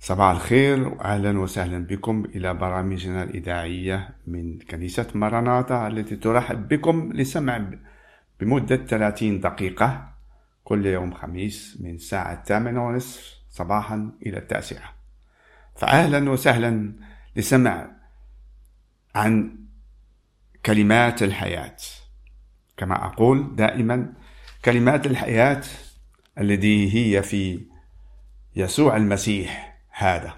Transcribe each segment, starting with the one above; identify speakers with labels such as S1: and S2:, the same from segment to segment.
S1: صباح الخير وأهلا وسهلا بكم إلى برامجنا الإذاعية من كنيسة مراناتا التي ترحب بكم لسمع بمدة 30 دقيقة كل يوم خميس من الساعة 8:30 صباحا إلى 9. فأهلا وسهلا لسمع عن كلمات الحياة. كما أقول دائما، كلمات الحياة التي هي في يسوع المسيح هذا.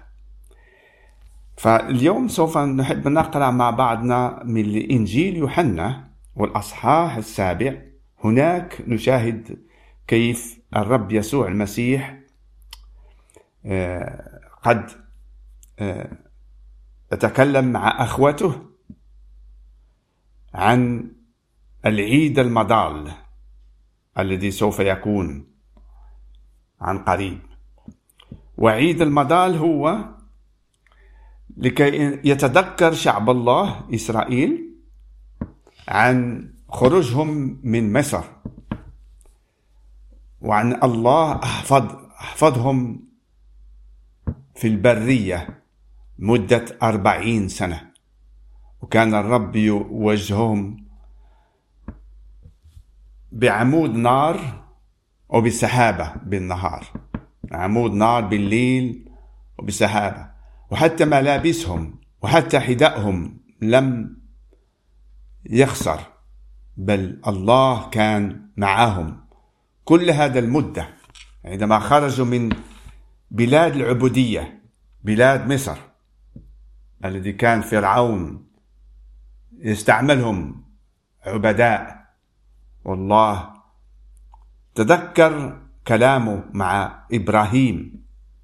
S1: فاليوم سوف نحب نقرأ مع بعضنا من الإنجيل يوحنا والأصحاح 7. هناك نشاهد كيف الرب يسوع المسيح قد يتكلم مع أخوته عن العيد المضال الذي سوف يكون عن قريب. وعيد المضال هو لكي يتذكر شعب الله إسرائيل عن خروجهم من مصر، وعن الله أحفظهم في البرية مدة 40 سنة، وكان الرب يوجههم بعمود نار وبسحابة بالنهار، عمود نار بالليل وبسحابة، وحتى ملابسهم وحتى حذائهم لم يخسر، بل الله كان معهم كل هذا المدة عندما خرجوا من بلاد العبودية، بلاد مصر الذي كان فرعون يستعملهم عبداء. والله تذكر كلامه مع إبراهيم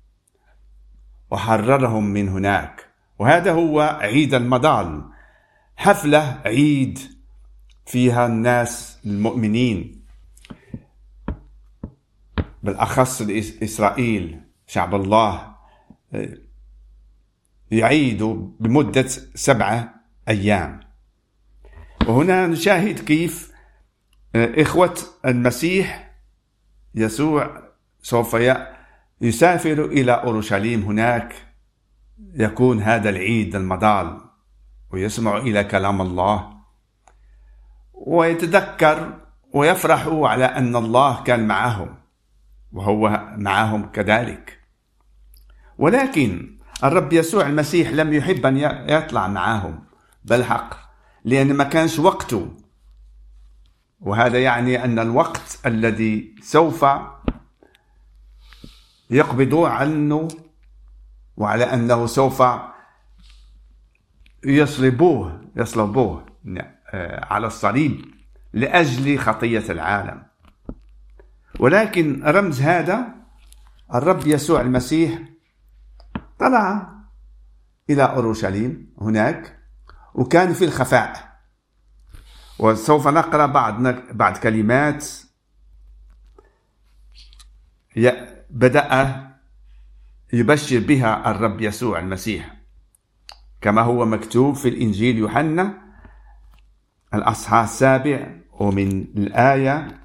S1: وحررهم من هناك. وهذا هو عيد المضال، حفلة عيد فيها الناس المؤمنين، بالأخص إسرائيل شعب الله، يعيدوا بمدة 7 أيام. وهنا نشاهد كيف إخوة المسيح يسوع سوف يسافر إلى أورشليم. هناك يكون هذا العيد المضال، ويسمع إلى كلام الله ويتذكر ويفرح على أن الله كان معهم وهو معهم كذلك. ولكن الرب يسوع المسيح لم يحب أن يطلع معهم بالحق، لأن ما كانش وقته. وهذا يعني أن الوقت الذي سوف يقبضوا عنه وعلى أنه سوف يصلبوه على الصليب لأجل خطية العالم. ولكن رمز هذا الرب يسوع المسيح طلع إلى أورشليم هناك، وكان في الخفاء. وسوف نقرأ بعض كلمات بدأ يبشر بها الرب يسوع المسيح، كما هو مكتوب في الإنجيل يوحنا الأصحاح 7 ومن الآية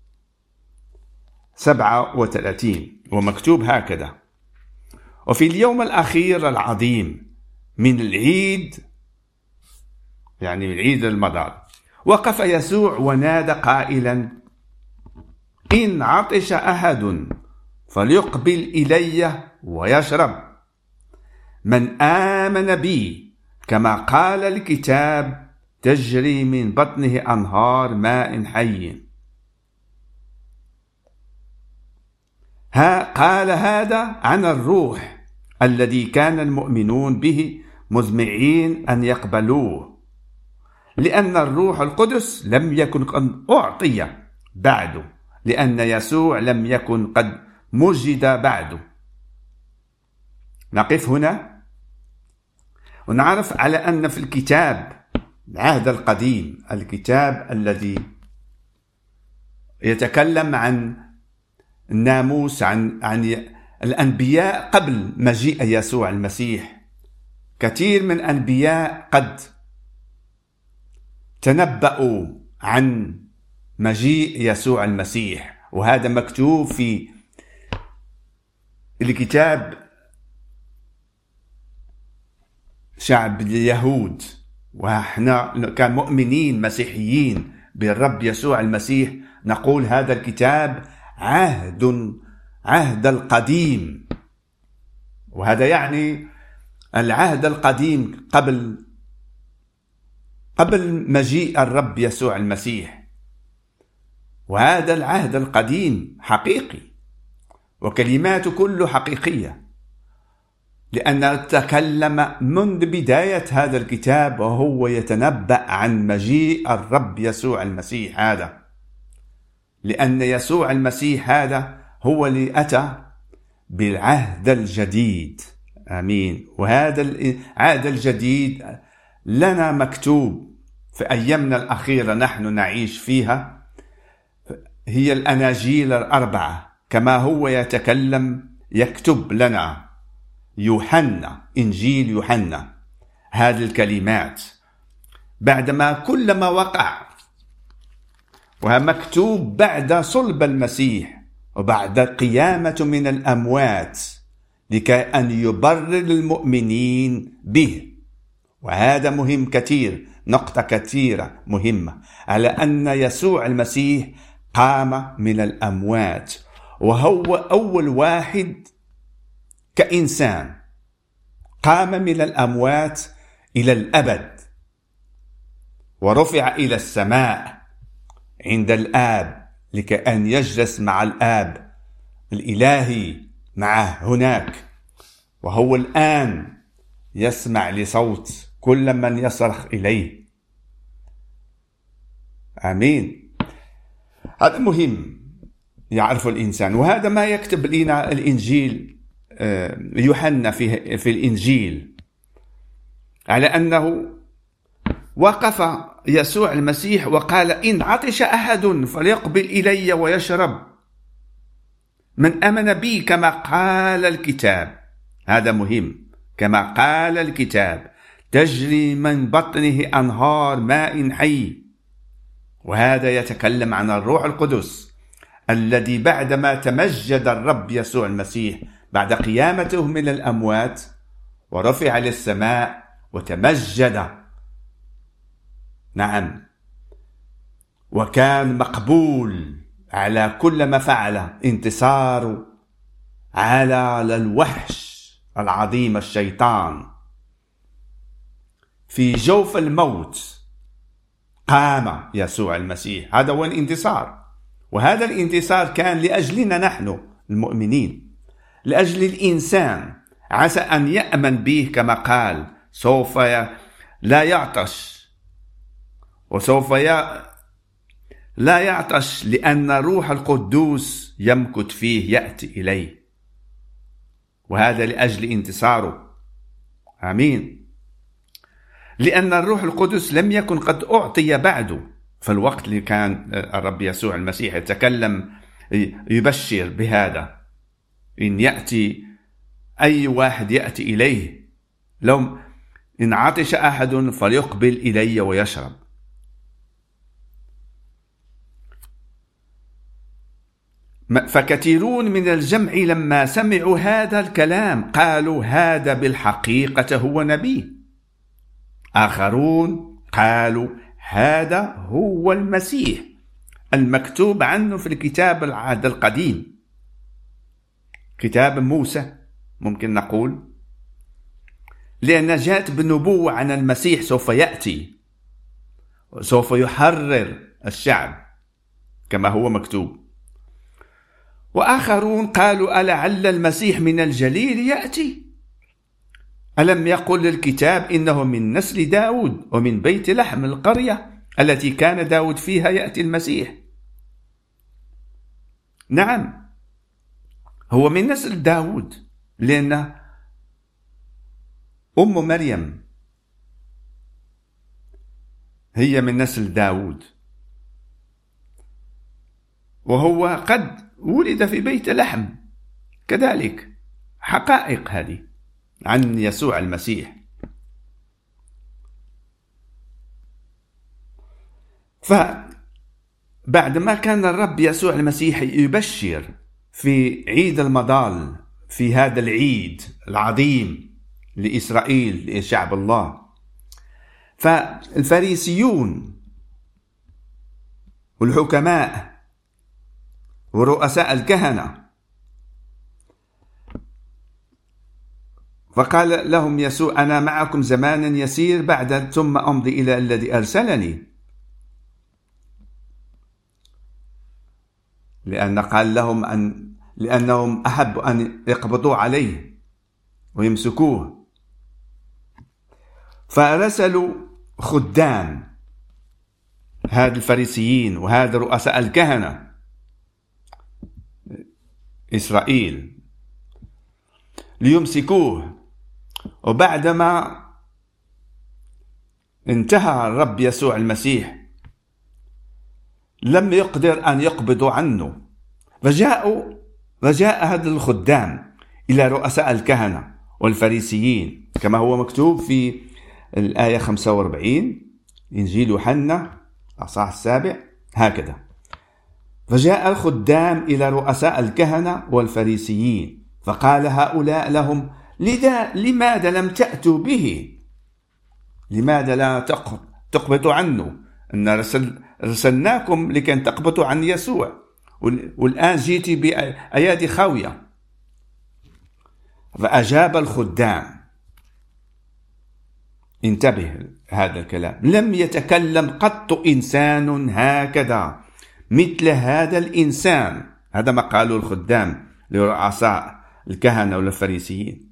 S1: 37، ومكتوب هكذا: وفي اليوم الأخير العظيم من العيد، يعني العيد المضال، وقف يسوع ونادى قائلا: إن عطش أحد فليقبل إلي ويشرب. من آمن بي كما قال الكتاب تجري من بطنه أنهار ماء حي. قال هذا عن الروح الذي كان المؤمنون به مزمعين أن يقبلوه، لأن الروح القدس لم يكن قد أعطي بعد، لأن يسوع لم يكن قد مجد بعد. نقف هنا ونعرف على أن في الكتاب العهد القديم، الكتاب الذي يتكلم عن الناموس، عن الأنبياء قبل مجيء يسوع المسيح، كثير من الأنبياء قد تنبأوا عن مجيء يسوع المسيح، وهذا مكتوب في الكتاب شعب اليهود، وإحنا كمؤمنين مسيحيين بالرب يسوع المسيح نقول هذا الكتاب عهد القديم. وهذا يعني العهد القديم قبل مجيء الرب يسوع المسيح. وهذا العهد القديم حقيقي، وكلماته كله حقيقية، لأنه تكلم منذ بداية هذا الكتاب وهو يتنبأ عن مجيء الرب يسوع المسيح هذا، لأن يسوع المسيح هذا هو اللي أتى بالعهد الجديد. آمين. وهذا العهد الجديد لنا مكتوب في أيامنا الأخيرة نحن نعيش فيها، هي الأناجيل الأربعة كما هو يكتب لنا يوحنا، إنجيل يوحنا هذه الكلمات بعدما كلما وقع، ومكتوب بعد صلب المسيح وبعد قيامة من الأموات لكي أن يبرر المؤمنين به. وهذا مهم كثير، نقطة كثيرة مهمة، على أن يسوع المسيح قام من الأموات، وهو أول واحد كإنسان قام من الأموات إلى الأبد، ورفع إلى السماء عند الآب لكي أن يجلس مع الآب الإلهي معه هناك. وهو الآن يسمع لصوت كل من يصرخ إليه. آمين. هذا مهم يعرف الإنسان، وهذا ما يكتب لنا الإنجيل يوحنا في الإنجيل، على أنه وقف يسوع المسيح وقال: إن عطش أحد فليقبل إلي ويشرب، من آمن بي كما قال الكتاب. هذا مهم، كما قال الكتاب تجري من بطنه أنهار ماء حي. وهذا يتكلم عن الروح القدس الذي بعدما تمجد الرب يسوع المسيح بعد قيامته من الأموات ورفع للسماء وتمجد، نعم، وكان مقبول على كل ما فعل، انتصاره على الوحش العظيم الشيطان في جوف الموت. قام يسوع المسيح، هذا هو الانتصار. وهذا الانتصار كان لأجلنا نحن المؤمنين، لأجل الإنسان، عسى أن يأمن به كما قال سوف لا يعطش، وسوف لا يعطش لأن روح القدوس يمكث فيه، يأتي إليه. وهذا لأجل انتصاره. آمين. لأن الروح القدس لم يكن قد أعطي بعده في الوقت اللي كان الرب يسوع المسيح يتكلم يبشر بهذا، إن يأتي أي واحد يأتي إليه، لو إن عطش أحد فليقبل إلي ويشرب. فكثيرون من الجمع لما سمعوا هذا الكلام قالوا: هذا بالحقيقة هو نبي. آخرون قالوا: هذا هو المسيح المكتوب عنه في الكتاب العهد القديم، كتاب موسى ممكن نقول، لأن جاءت بالنبوة عن المسيح سوف يأتي وسوف يحرر الشعب كما هو مكتوب. وآخرون قالوا: ألعل المسيح من الجليل يأتي؟ ألم يقل الكتاب إنه من نسل داود ومن بيت لحم القرية التي كان داود فيها يأتي المسيح؟ نعم، هو من نسل داود، لأن أم مريم هي من نسل داود، وهو قد ولد في بيت لحم كذلك. حقائق هذه عن يسوع المسيح. فبعدما كان الرب يسوع المسيح يبشر في عيد المضال، في هذا العيد العظيم لإسرائيل لشعب الله. فالفريسيون والحكماء ورؤساء الكهنة، فقال لهم يسوع: أنا معكم زمانا يسير بعد ثم أمضي إلى الذي أرسلني. لأن قال لهم لأنهم أحبوا أن يقبضوا عليه ويمسكوه، فأرسلوا خدام هذا الفريسيين وهذا رؤساء الكهنة إسرائيل ليمسكوه. وبعدما انتهى الرب يسوع المسيح لم يقدر أن يقبضوا عنه، فجاء هذا الخدام إلى رؤساء الكهنة والفريسيين كما هو مكتوب في الآية 45 إنجيل يوحنا الإصحاح 7 هكذا: فجاء الخدام إلى رؤساء الكهنة والفريسيين فقال هؤلاء لهم: لماذا لم تأتوا به؟ لماذا لا تقبضوا عنه؟ أن رسلناكم لكي تقبضوا عن يسوع، والآن جيتي بأيادي خاوية. فأجاب الخدام، انتبه هذا الكلام: لم يتكلم قط إنسان هكذا مثل هذا الإنسان. هذا ما قالوا الخدام لرؤساء الكهنة والفريسيين.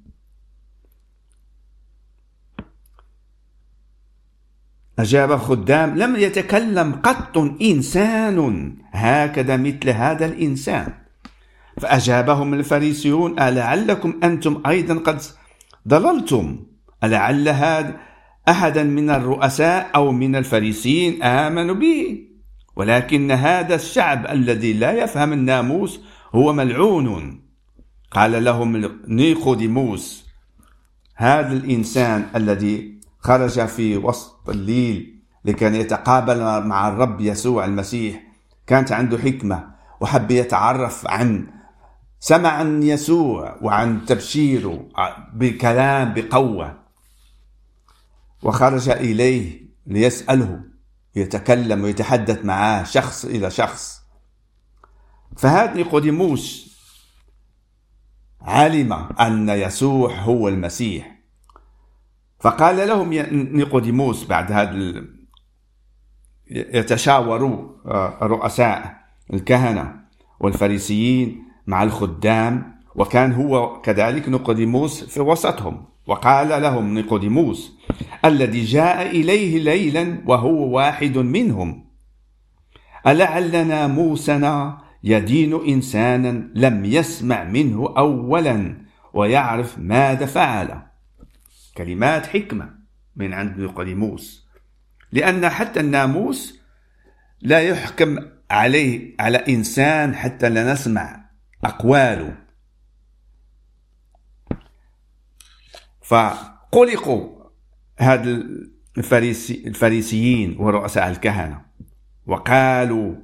S1: أجاب الخدام: لم يتكلم قط إنسان هكذا مثل هذا الإنسان. فأجابهم الفريسيون: ألعلكم أنتم أيضا قد ضللتم؟ ألعل هذا أحدا من الرؤساء أو من الفريسيين آمنوا به؟ ولكن هذا الشعب الذي لا يفهم الناموس هو ملعون. قال لهم نيقوديموس: هذا الإنسان الذي خرج في وسط الليل لكي يتقابل مع الرب يسوع المسيح كانت عنده حكمة وحب يتعرف سمع عن يسوع وعن تبشيره بكلام بقوة، وخرج إليه ليسأله، يتكلم ويتحدث معاه شخص إلى شخص. فهذا نيقوديموس علم أن يسوع هو المسيح، فقال لهم نيقوديموس بعد هذا يتشاوروا رؤساء الكهنة والفريسيين مع الخدام، وكان هو كذلك نيقوديموس في وسطهم. وقال لهم نيقوديموس الذي جاء إليه ليلا وهو واحد منهم: ألعل ناموسنا يدين إنسانا لم يسمع منه أولا ويعرف ماذا فعل؟ كلمات حكمة من عند نيقوديموس، لأن حتى الناموس لا يحكم على إنسان حتى لا نسمع أقواله. فقلقوا هذا الفريسيين ورؤساء الكهنة وقالوا: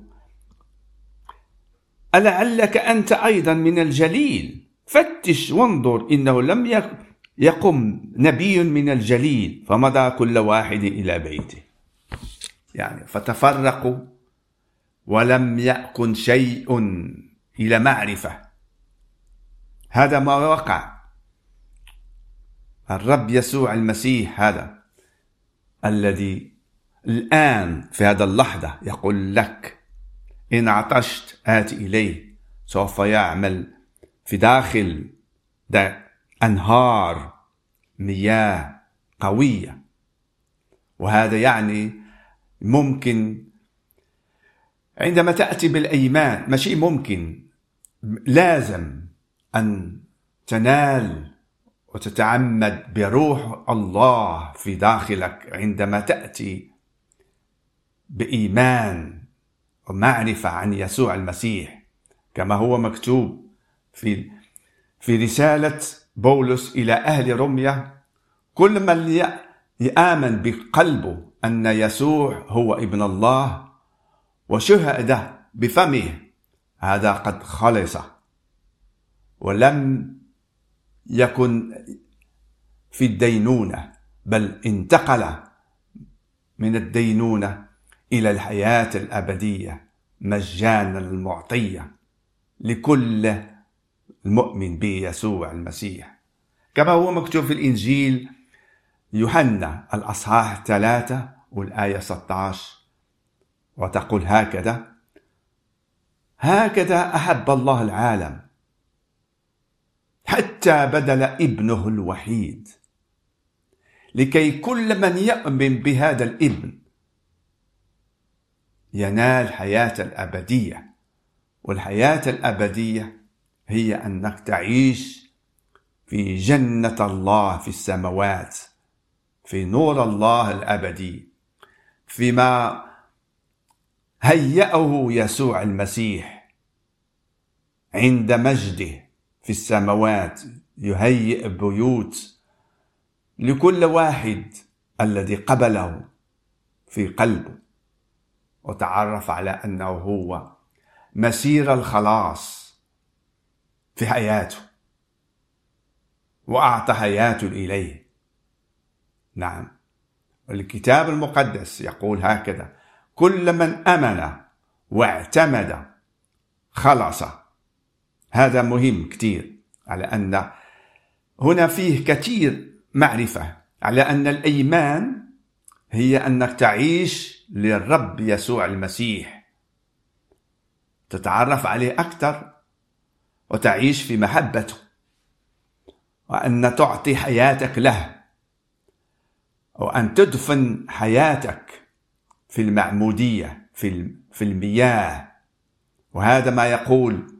S1: ألعلك أنت أيضا من الجليل؟ فتش وانظر، إنه لم يقم نبي من الجليل. فمضى كل واحد إلى بيته. يعني فتفرقوا ولم يكن شيء إلى معرفة. هذا ما وقع. الرب يسوع المسيح هذا الذي الآن في هذا اللحظة يقول لك: إن عطشت آت إليه، سوف يعمل في داخل أنهار مياه قوية. وهذا يعني ممكن عندما تأتي بالإيمان، ماشي ممكن، لازم أن تنال وتتعمد بروح الله في داخلك عندما تأتي بإيمان ومعرفة عن يسوع المسيح، كما هو مكتوب في رسالة بولس إلى أهل روميا: كل من يآمن بقلبه أن يسوع هو ابن الله وشهد بفمه هذا قد خلص، ولم يكن في الدينونة، بل انتقل من الدينونة إلى الحياة الأبدية مجانا المعطية لكل المؤمن بيسوع المسيح، كما هو مكتوب في الإنجيل يوحنا الأصحاح 3 والآية 16، وتقول هكذا أحب الله العالم حتى بذل ابنه الوحيد لكي كل من يؤمن بهذا الابن ينال الحياة الأبدية. والحياة الأبدية هي أنك تعيش في جنة الله في السماوات، في نور الله الأبدي، فيما هيأه يسوع المسيح عند مجده في السماوات. يهيئ بيوت لكل واحد الذي قبله في قلبه وتعرف على أنه هو مسير الخلاص في حياته وأعطى حياته إليه. نعم، الكتاب المقدس يقول هكذا: كل من أمن واعتمد خلص. هذا مهم كتير، على أن هنا فيه كتير معرفة على أن الإيمان هي أنك تعيش للرب يسوع المسيح، تتعرف عليه أكثر وتعيش في محبته، وأن تعطي حياتك له، وأن تدفن حياتك في المعمودية في المياه. وهذا ما يقول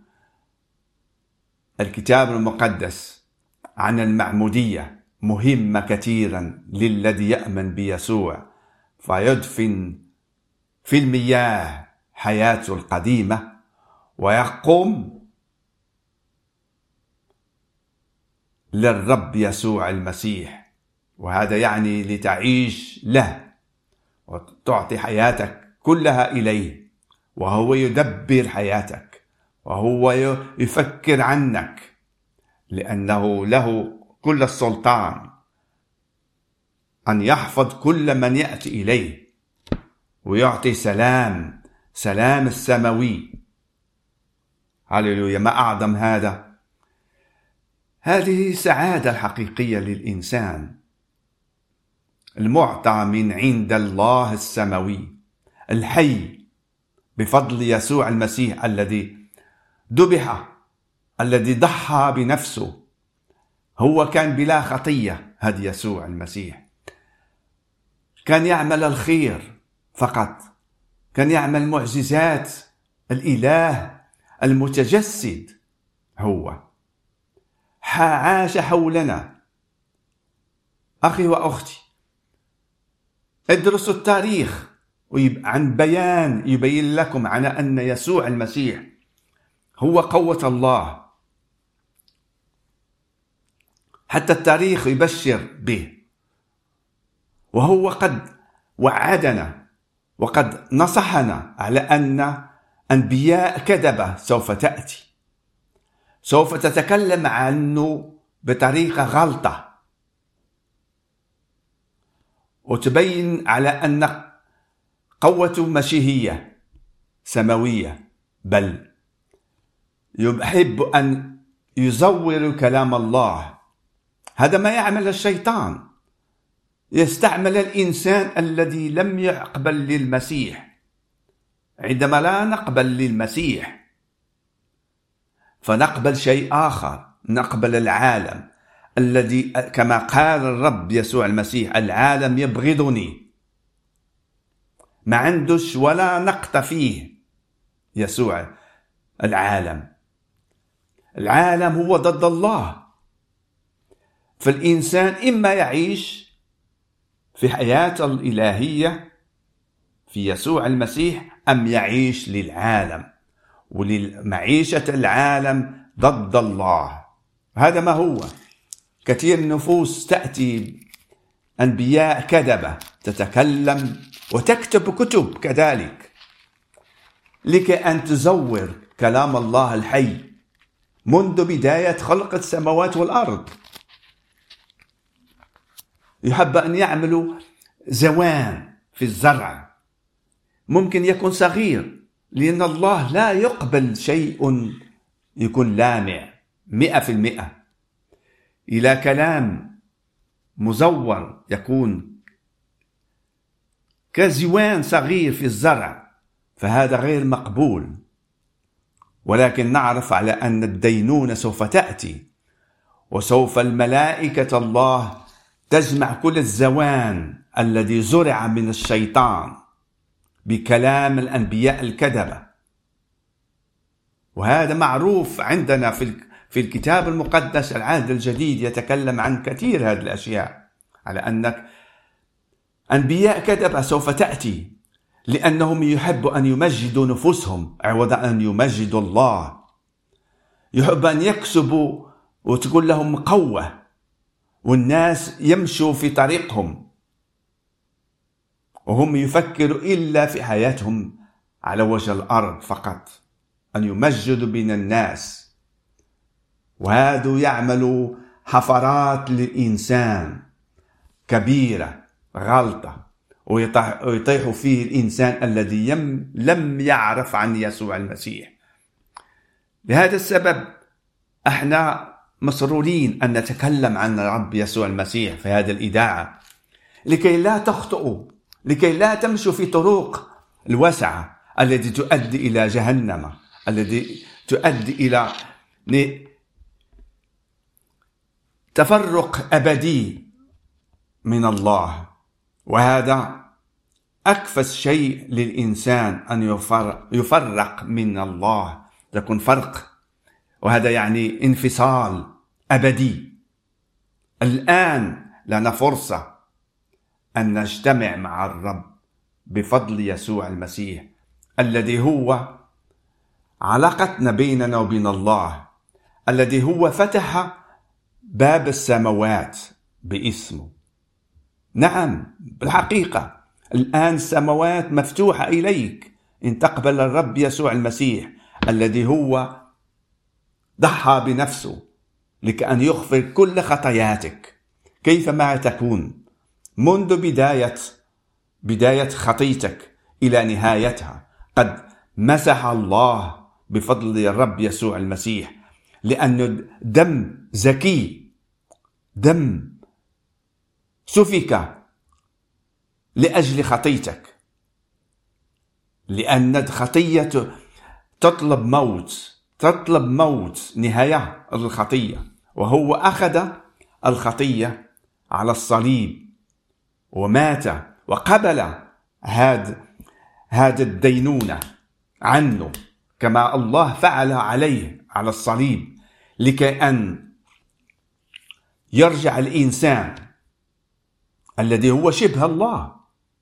S1: الكتاب المقدس عن المعمودية، مهمة كثيرا للذي يؤمن بيسوع، فيدفن في المياه حياته القديمة ويقوم للرب يسوع المسيح. وهذا يعني لتعيش له وتعطي حياتك كلها إليه، وهو يدبر حياتك وهو يفكر عنك، لأنه له كل السلطان أن يحفظ كل من يأتي إليه ويعطي سلام السماوي. هللويا، ما أعظم هذا! هذه السعادة الحقيقية للإنسان المعطى من عند الله السماوي الحي بفضل يسوع المسيح الذي ذبح، الذي ضحى بنفسه. هو كان بلا خطية، هذا يسوع المسيح كان يعمل الخير فقط، كان يعمل معجزات الإله المتجسد. هو عاش حولنا. أخي وأختي، ادرسوا التاريخ عن بيان يبين لكم على أن يسوع المسيح هو قوة الله. حتى التاريخ يبشر به، وهو قد وعدنا وقد نصحنا على أن أنبياء كذبة سوف تأتي، سوف تتكلم عنه بطريقة غلطة وتبين على أن قوته مشيهية سماوية، بل يحب أن يزور كلام الله. هذا ما يعمل الشيطان، يستعمل الإنسان الذي لم يقبل للمسيح. عندما لا نقبل للمسيح فنقبل شيء آخر، نقبل العالم الذي كما قال الرب يسوع المسيح: العالم يبغضني. ما عندش ولا نقطة فيه يسوع. العالم هو ضد الله. فالإنسان إما يعيش في حياة الإلهية في يسوع المسيح، أم يعيش للعالم ولمعيشة العالم ضد الله. هذا ما هو. كثير نفوس تأتي أنبياء كذبة تتكلم وتكتب كتب كذلك لكي أن تزور كلام الله الحي منذ بداية خلق السماوات والأرض. يحب أن يعملوا زوان في الزرع، ممكن يكون صغير، لأن الله لا يقبل شيء يكون لامع 100%. إلى كلام مزور يكون كزوان صغير في الزرع، فهذا غير مقبول. ولكن نعرف على أن الدينونة سوف تأتي، وسوف الملائكة الله تجمع كل الزوان الذي زرع من الشيطان بكلام الأنبياء الكذبة. وهذا معروف عندنا في الكتاب المقدس. العهد الجديد يتكلم عن كثير هذه الأشياء، على أن أنبياء كذبة سوف تأتي، لأنهم يحبوا أن يمجدوا نفوسهم عوض أن يمجدوا الله. يحب أن يكسبوا وتقول لهم قوة، والناس يمشوا في طريقهم وهم يفكروا إلا في حياتهم على وجه الأرض فقط، أن يمجدوا بين الناس. وهذا يعمل حفرات للإنسان كبيرة، غلطة، ويطيح فيه الإنسان الذي لم يعرف عن يسوع المسيح. لهذا السبب احنا مسرورين أن نتكلم عن رب يسوع المسيح في هذه الإذاعة، لكي لا تخطئوا، لكي لا تمشوا في طرق الواسعة التي تؤدي إلى جهنم، التي تؤدي إلى تفرق أبدي من الله. وهذا أكفس شيء للإنسان أن يفرق من الله، يكون فرق، وهذا يعني انفصال أبدي. الآن لنا فرصة أن نجتمع مع الرب بفضل يسوع المسيح، الذي هو علاقتنا بيننا وبين الله، الذي هو فتح باب السماوات باسمه. نعم، بالحقيقة الآن السماوات مفتوحة إليك إن تقبل الرب يسوع المسيح، الذي هو ضحى بنفسه لكأن يغفر كل خطاياتك كيفما تكون، منذ بداية خطيتك إلى نهايتها. قد مسح الله بفضل الرب يسوع المسيح، لأنه دم زكي، دم سفك لأجل خطيتك، لأن الخطية تطلب موت، نهاية الخطية. وهو أخذ الخطية على الصليب ومات وقبل هذا الدينونة عنه، كما الله فعل عليه على الصليب، لكي أن يرجع الإنسان الذي هو شبه الله.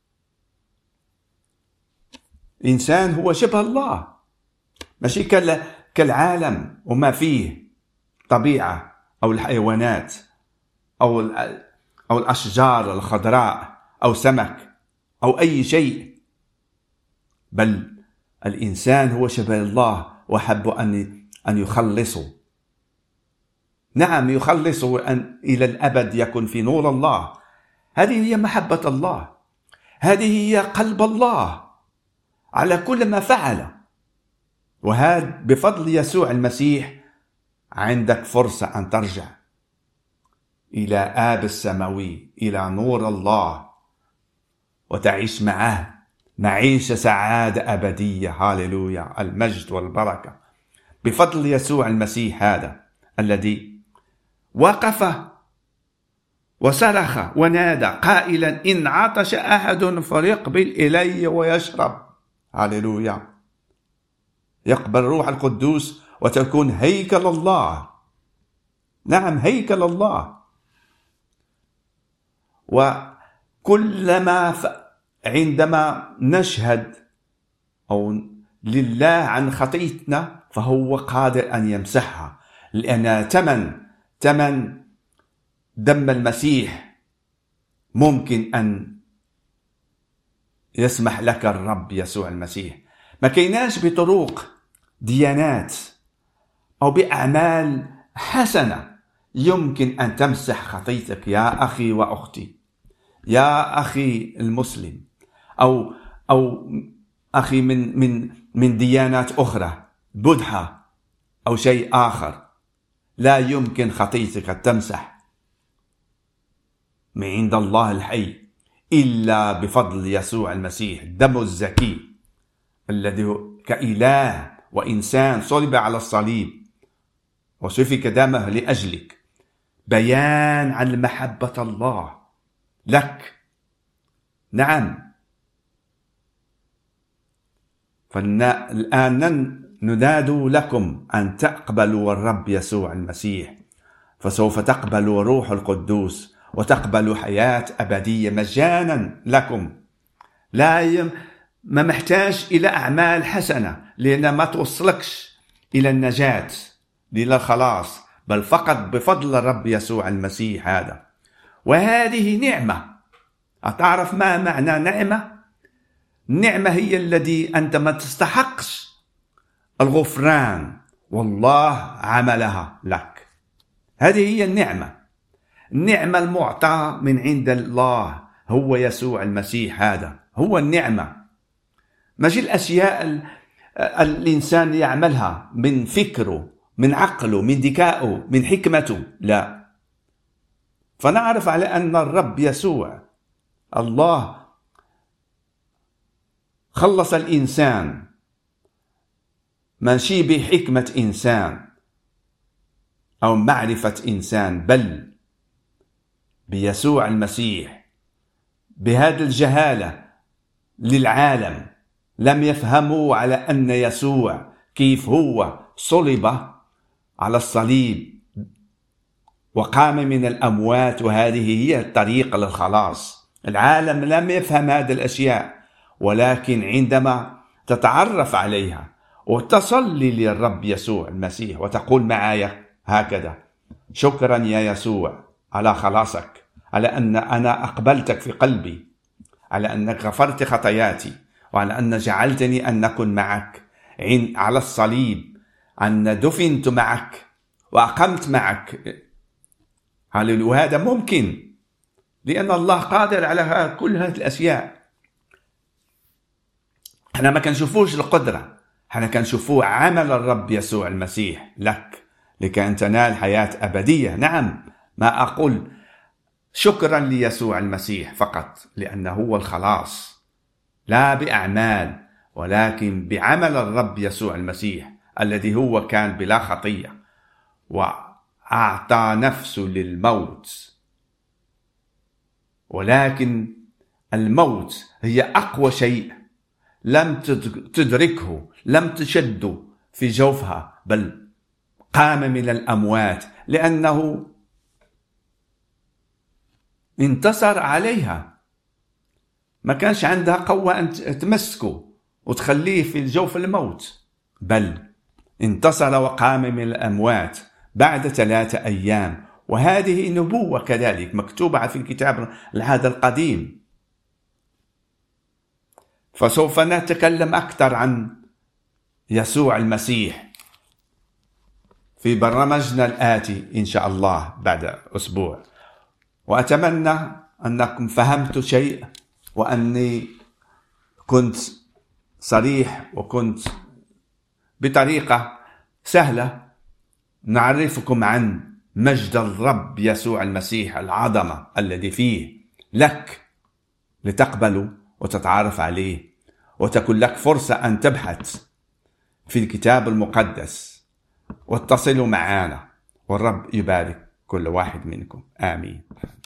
S1: الإنسان هو شبه الله، ماشي كالعالم وما فيه طبيعة أو الحيوانات أو الأشجار الخضراء أو سمك أو أي شيء، بل الإنسان هو شبه الله وحب أن يخلصه. نعم، يخلصه أن إلى الأبد يكون في نور الله. هذه هي محبة الله، هذه هي قلب الله على كل ما فعل. وهذا بفضل يسوع المسيح عندك فرصة أن ترجع إلى آب السماوي، إلى نور الله، وتعيش معه معيشة سعادة أبدية. هاليلويا، المجد والبركة بفضل يسوع المسيح، هذا الذي وقف وصرخ ونادى قائلا: إن عطش أحد فليقبل إلي ويشرب. هاليلويا، يقبل روح القدوس وتكون هيكل الله. نعم، هيكل الله. وكلما عندما نشهد أو لله عن خطيتنا فهو قادر أن يمسحها، لأن ثمن دم المسيح ممكن أن يسمح لك الرب يسوع المسيح. ما كيناش بطرق ديانات أو بأعمال حسنة يمكن أن تمسح خطيتك يا أخي وأختي. يا أخي المسلم أو أخي من ديانات أخرى، بوذا أو شيء آخر، لا يمكن خطيتك تمسح من عند الله الحي إلا بفضل يسوع المسيح، دمه الزكي الذي كإله وإنسان صلب على الصليب وسفك دمه لأجلك، بيان عن محبة الله لك. نعم، فالآن ننادي لكم أن تقبلوا الرب يسوع المسيح، فسوف تقبلوا روح القدوس وتقبلوا حياة أبدية مجانا لكم. ما محتاج إلى أعمال حسنة، لأن ما توصلكش إلى النجاة إلى الخلاص، بل فقط بفضل الرب يسوع المسيح هذا. وهذه نعمة. أتعرف ما معنى نعمة؟ النعمة هي الذي أنت ما تستحقش الغفران والله عملها لك. هذه هي النعمة. النعمة المعطى من عند الله هو يسوع المسيح، هذا هو النعمة. ماشي الأشياء الإنسان يعملها من فكره، من عقله، من ذكائه، من حكمته، لا. فنعرف على أن الرب يسوع الله خلص الإنسان ماشي بحكمة إنسان أو معرفة إنسان، بل بيسوع المسيح. بهذه الجهالة للعالم لم يفهموا على أن يسوع كيف هو صلب على الصليب وقام من الأموات، وهذه هي الطريقة للخلاص. العالم لم يفهم هذه الأشياء، ولكن عندما تتعرف عليها وتصلي للرب يسوع المسيح وتقول معايا هكذا: شكرا يا يسوع على خلاصك، على أن أنا أقبلتك في قلبي، على أنك غفرت خطاياتي، وعلى أن جعلتني أن نكون معك على الصليب، أن دفنت معك وأقمت معك. وهذا ممكن لأن الله قادر على كل هذه الأشياء. احنا ما كنشوفوش القدرة، احنا كنشوفوه عمل الرب يسوع المسيح لك لكي أن تنال حياة أبدية. نعم، ما أقول شكرا ليسوع المسيح فقط لأنه هو الخلاص، لا بأعمال ولكن بعمل الرب يسوع المسيح الذي هو كان بلا خطية وأعطى نفسه للموت. ولكن الموت هي أقوى شيء لم تدركه، لم تشده في جوفها، بل قام من الأموات لأنه انتصر عليها. ما كانش عندها قوة أن تمسكه وتخليه في جوف الموت، بل انتصر وقام من الأموات بعد 3 أيام. وهذه نبوة كذلك مكتوبة في الكتاب العهد القديم. فسوف نتكلم أكثر عن يسوع المسيح في برنامجنا الآتي إن شاء الله بعد أسبوع. وأتمنى أنكم فهمتوا شيء، وأني كنت صريح وكنت بطريقة سهلة نعرفكم عن مجد الرب يسوع المسيح، العظمة الذي فيه لك، لتقبلوا وتتعرف عليه وتكون لك فرصة أن تبحث في الكتاب المقدس واتصلوا معنا، والرب يبارك كل واحد منكم. آمين.